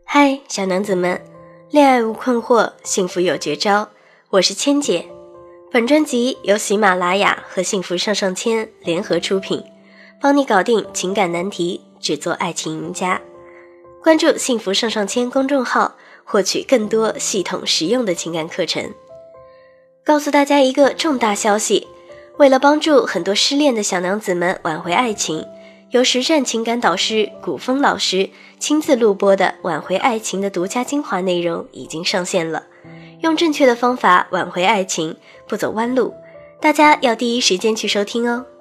嗨，小娘子们，恋爱无困惑，幸福有绝招，我是千姐。本专辑由喜马拉雅和幸福上上签联合出品，帮你搞定情感难题，只做爱情赢家。关注幸福上上签公众号，获取更多系统实用的情感课程。告诉大家一个重大消息，为了帮助很多失恋的小娘子们挽回爱情，由实战情感导师古风老师亲自录播的挽回爱情的独家精华内容已经上线了，用正确的方法挽回爱情，不走弯路，大家要第一时间去收听哦。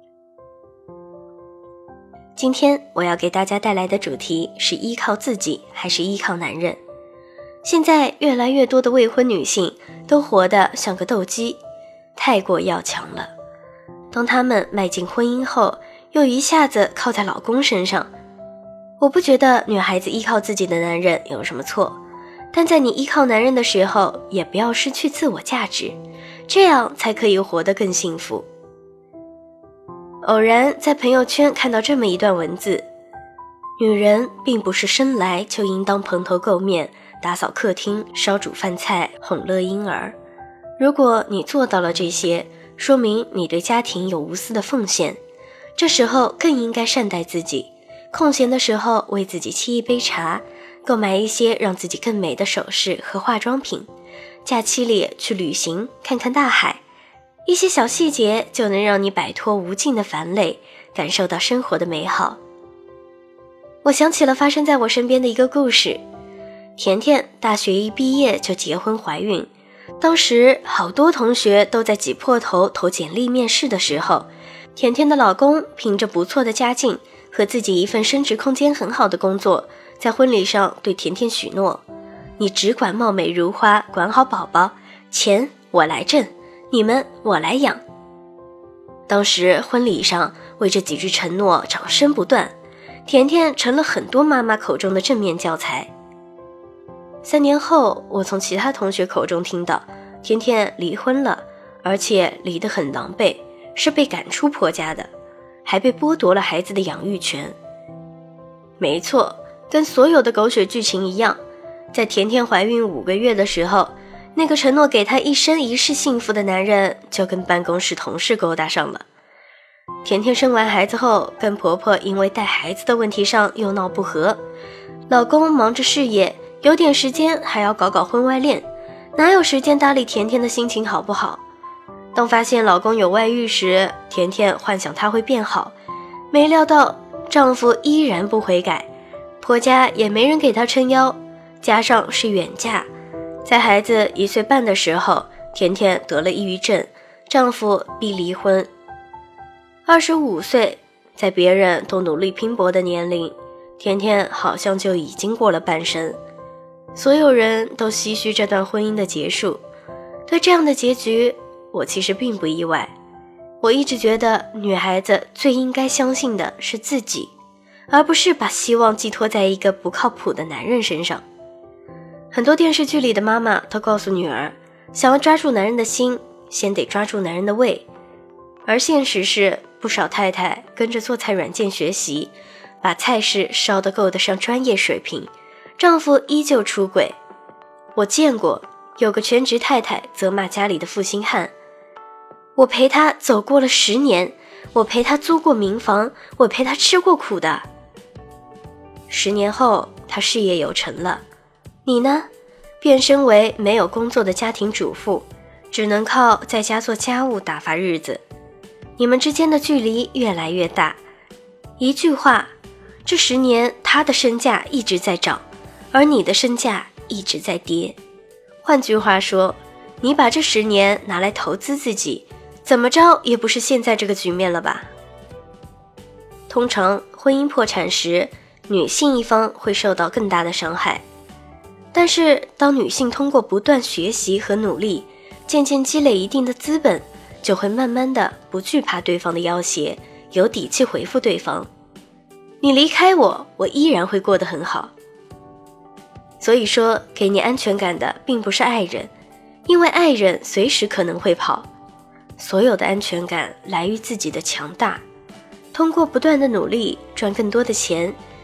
今天我要给大家带来的主题是依靠自己还是依靠男人。现在越来越多的未婚女性都活得像个斗鸡，太过要强了。当她们迈进婚姻后，又一下子靠在老公身上。我不觉得女孩子依靠自己的男人有什么错，但在你依靠男人的时候，也不要失去自我价值，这样才可以活得更幸福。偶然在朋友圈看到这么一段文字，女人并不是生来就应当蓬头垢面，打扫客厅，烧煮饭菜，哄乐婴儿。如果你做到了这些，说明你对家庭有无私的奉献，这时候更应该善待自己，空闲的时候为自己沏一杯茶，购买一些让自己更美的首饰和化妆品，假期里去旅行，看看大海，一些小细节就能让你摆脱无尽的烦累，感受到生活的美好。我想起了发生在我身边的一个故事。甜甜大学一毕业就结婚怀孕，当时好多同学都在挤破头投简历面试的时候，甜甜的老公凭着不错的家境和自己一份升职空间很好的工作，在婚礼上对甜甜许诺，你只管貌美如花，管好宝宝，钱我来挣，你们我来养。当时婚礼上为这几句承诺掌声不断，甜甜成了很多妈妈口中的正面教材。3年后，我从其他同学口中听到甜甜离婚了，而且离得很狼狈，是被赶出婆家的，还被剥夺了孩子的养育权。没错，跟所有的狗血剧情一样，在甜甜怀孕5个月的时候，那个承诺给她一生一世幸福的男人就跟办公室同事勾搭上了。甜甜生完孩子后，跟婆婆因为带孩子的问题上又闹不和，老公忙着事业，有点时间还要搞婚外恋，哪有时间搭理甜甜的心情好不好？当发现老公有外遇时，甜甜幻想他会变好，没料到丈夫依然不悔改，婆家也没人给她撑腰，加上是远嫁，在孩子1岁半的时候，甜甜得了抑郁症，丈夫逼离婚。25岁，在别人都努力拼搏的年龄，甜甜好像就已经过了半生。所有人都唏嘘这段婚姻的结束，对这样的结局，我其实并不意外。我一直觉得女孩子最应该相信的是自己，而不是把希望寄托在一个不靠谱的男人身上。很多电视剧里的妈妈都告诉女儿，想要抓住男人的心，先得抓住男人的胃。而现实是，不少太太跟着做菜软件学习，把菜式烧得够得上专业水平，丈夫依旧出轨。我见过有个全职太太责骂家里的负心汉，我陪他走过了10年，我陪他租过民房，我陪他吃过苦的。10年后，他事业有成了，你呢？变身为没有工作的家庭主妇，只能靠在家做家务打发日子。你们之间的距离越来越大。一句话，这10年他的身价一直在涨，而你的身价一直在跌。换句话说，你把这10年拿来投资自己，怎么着也不是现在这个局面了吧？通常婚姻破产时，女性一方会受到更大的伤害。但是当女性通过不断学习和努力，渐渐积累一定的资本，就会慢慢的不惧怕对方的要挟，有底气回复对方，你离开我，我依然会过得很好。所以说，给你安全感的并不是爱人，因为爱人随时可能会跑。所有的安全感来于自己的强大，通过不断的努力赚更多的钱，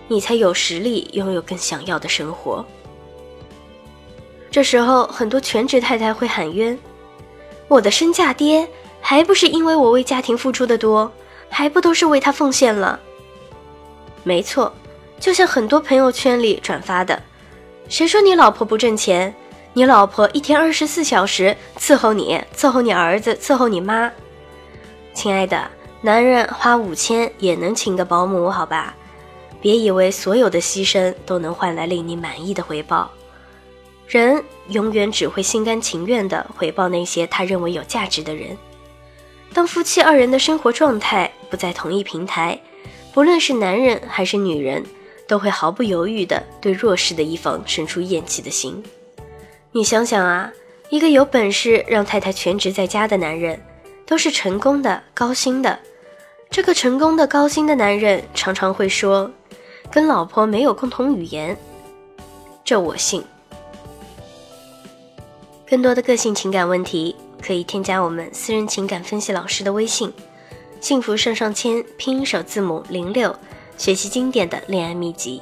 你才有实力拥有更想要的生活。这时候很多全职太太会喊冤，我的身价跌，还不是因为我为家庭付出的多，还不都是为他奉献了。没错，就像很多朋友圈里转发的，谁说你老婆不挣钱？你老婆一天24小时伺候你，伺候你儿子，伺候你妈。亲爱的，男人花5000也能请个保姆，好吧？别以为所有的牺牲都能换来令你满意的回报。人永远只会心甘情愿地回报那些他认为有价值的人。当夫妻2人的生活状态不在同一平台，不论是男人还是女人，都会毫不犹豫地对弱势的一方生出厌弃的心。你想想啊，一个有本事让太太全职在家的男人，都是成功的、高薪的。这个成功的、高薪的男人常常会说，跟老婆没有共同语言。这我信。更多的个性情感问题，可以添加我们私人情感分析老师的微信，幸福上上签拼音首字母06，学习经典的恋爱秘籍。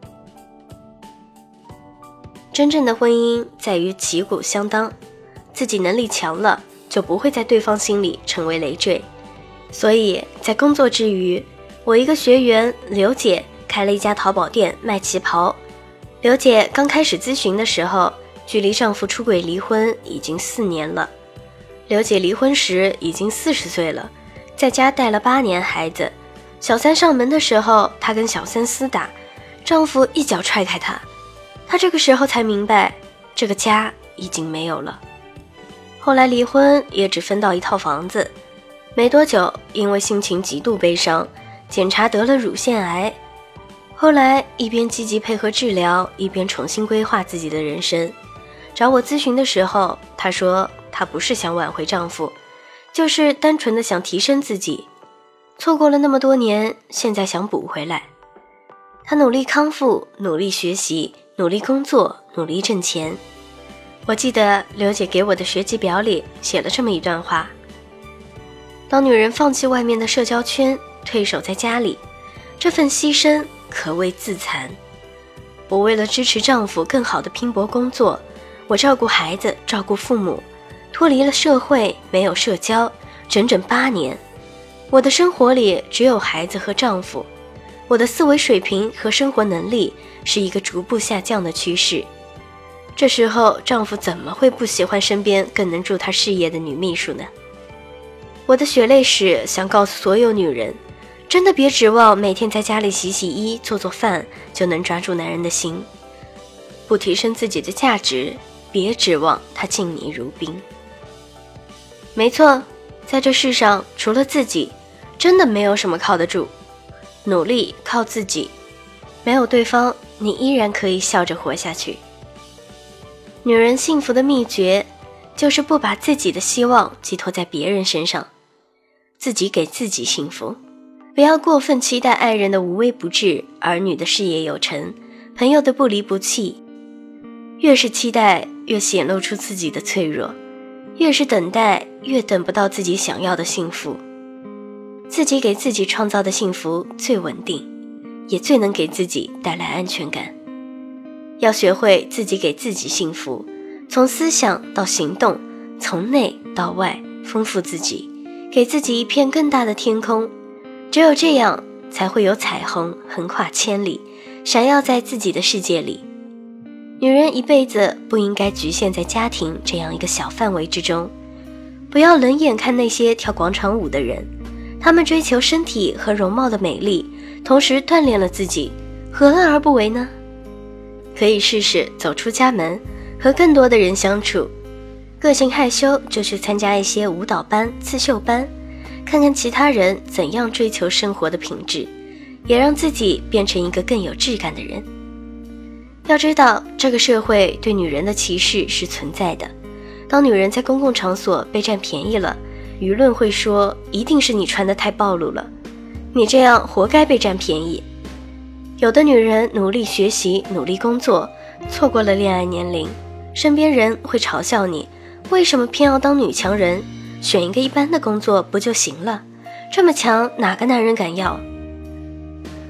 真正的婚姻在于旗鼓相当，自己能力强了，就不会在对方心里成为累赘。所以在工作之余，我一个学员刘姐开了一家淘宝店卖旗袍。刘姐刚开始咨询的时候，距离丈夫出轨离婚已经4年了。刘姐离婚时已经40岁了，在家带了8年孩子。小三上门的时候，她跟小三厮打，丈夫一脚踹开她。她这个时候才明白，这个家已经没有了。后来离婚也只分到1套房子。没多久，因为心情极度悲伤，检查得了乳腺癌。后来一边积极配合治疗，一边重新规划自己的人生。找我咨询的时候，她说她不是想挽回丈夫，就是单纯的想提升自己，错过了那么多年，现在想补回来。她努力康复，努力学习，努力工作，努力挣钱。我记得刘姐给我的学籍表里写了这么一段话：当女人放弃外面的社交圈，退守在家里，这份牺牲可谓自残。我为了支持丈夫更好的拼搏工作，我照顾孩子，照顾父母，脱离了社会，没有社交，整整8年。我的生活里只有孩子和丈夫，我的思维水平和生活能力是一个逐步下降的趋势。这时候丈夫怎么会不喜欢身边更能助他事业的女秘书呢？我的血泪史想告诉所有女人，真的别指望每天在家里洗洗衣做做饭就能抓住男人的心，不提升自己的价值，别指望他敬你如宾。没错，在这世上除了自己，真的没有什么靠得住。努力靠自己，没有对方，你依然可以笑着活下去。女人幸福的秘诀，就是不把自己的希望寄托在别人身上，自己给自己幸福。不要过分期待爱人的无微不至，儿女的事业有成，朋友的不离不弃。越是期待，越显露出自己的脆弱；越是等待，越等不到自己想要的幸福。自己给自己创造的幸福最稳定，也最能给自己带来安全感。要学会自己给自己幸福，从思想到行动，从内到外，丰富自己，给自己一片更大的天空。只有这样，才会有彩虹横跨千里，闪耀在自己的世界里。女人一辈子不应该局限在家庭这样一个小范围之中，不要冷眼看那些跳广场舞的人，他们追求身体和容貌的美丽，同时锻炼了自己，何乐而不为呢？可以试试走出家门，和更多的人相处。个性害羞就去参加一些舞蹈班、刺绣班，看看其他人怎样追求生活的品质，也让自己变成一个更有质感的人。要知道，这个社会对女人的歧视是存在的。当女人在公共场所被占便宜了，舆论会说一定是你穿得太暴露了，你这样活该被占便宜。有的女人努力学习，努力工作，错过了恋爱年龄，身边人会嘲笑你，为什么偏要当女强人？选一个一般的工作不就行了？这么强，哪个男人敢要？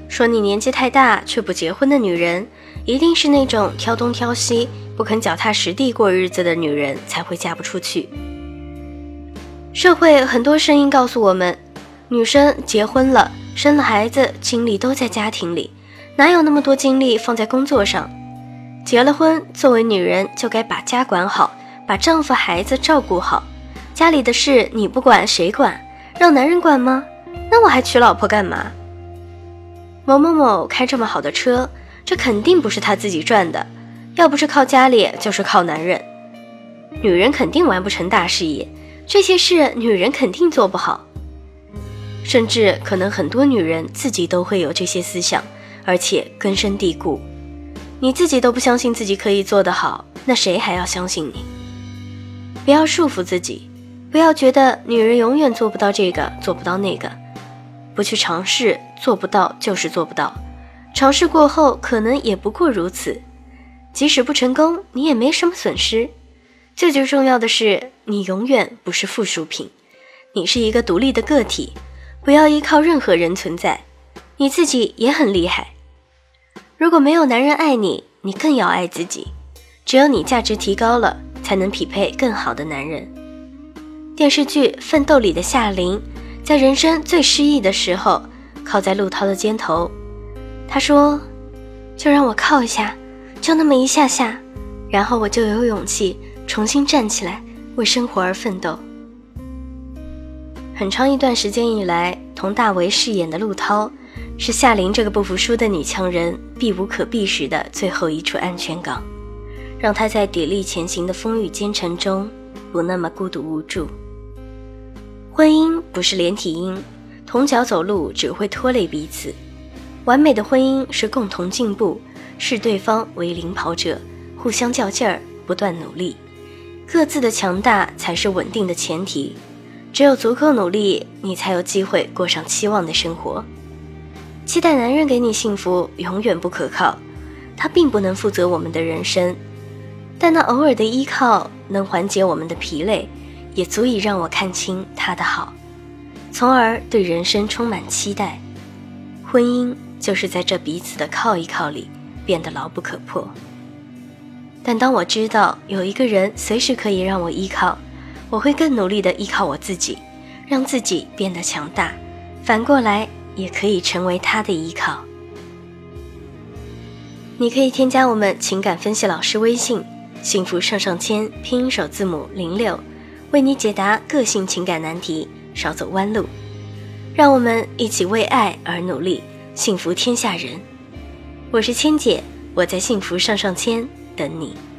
说你年纪太大却不结婚的女人，一定是那种挑东挑西、不肯脚踏实地过日子的女人才会嫁不出去。社会很多声音告诉我们，女生结婚了，生了孩子，精力都在家庭里，哪有那么多精力放在工作上？结了婚，作为女人就该把家管好，把丈夫孩子照顾好，家里的事你不管谁管？让男人管吗？那我还娶老婆干嘛？某某某开这么好的车，这肯定不是他自己赚的，要不是靠家里，就是靠男人。女人肯定完不成大事业，这些事女人肯定做不好。甚至可能很多女人自己都会有这些思想，而且根深蒂固。你自己都不相信自己可以做得好，那谁还要相信你？不要束缚自己，不要觉得女人永远做不到这个，做不到那个。不去尝试，做不到就是做不到。尝试过后，可能也不过如此。即使不成功，你也没什么损失。最重要的是，你永远不是附属品，你是一个独立的个体，不要依靠任何人存在，你自己也很厉害。如果没有男人爱你，你更要爱自己。只有你价值提高了，才能匹配更好的男人。电视剧《奋斗》里的夏琳，在人生最失意的时候，靠在陆涛的肩头。他说，就让我靠一下，就那么一下下，然后我就有勇气重新站起来，为生活而奋斗。很长一段时间以来，佟大为饰演的陆涛，是夏琳这个不服输的女强人避无可避时的最后一处安全港，让她在砥砺前行的风雨兼程中不那么孤独无助。婚姻不是连体婴，同脚走路只会拖累彼此。完美的婚姻是共同进步，视对方为领跑者，互相较劲儿，不断努力。各自的强大才是稳定的前提，只有足够努力，你才有机会过上期望的生活。期待男人给你幸福永远不可靠，他并不能负责我们的人生，但那偶尔的依靠能缓解我们的疲累，也足以让我看清他的好，从而对人生充满期待。婚姻就是在这彼此的靠一靠里变得牢不可破。但当我知道有一个人随时可以让我依靠，我会更努力地依靠我自己，让自己变得强大，反过来也可以成为他的依靠。你可以添加我们情感分析老师微信幸福上上签拼音首字母06，为你解答个性情感难题，少走弯路。让我们一起为爱而努力，幸福天下人。我是千姐，我在幸福上上签等你。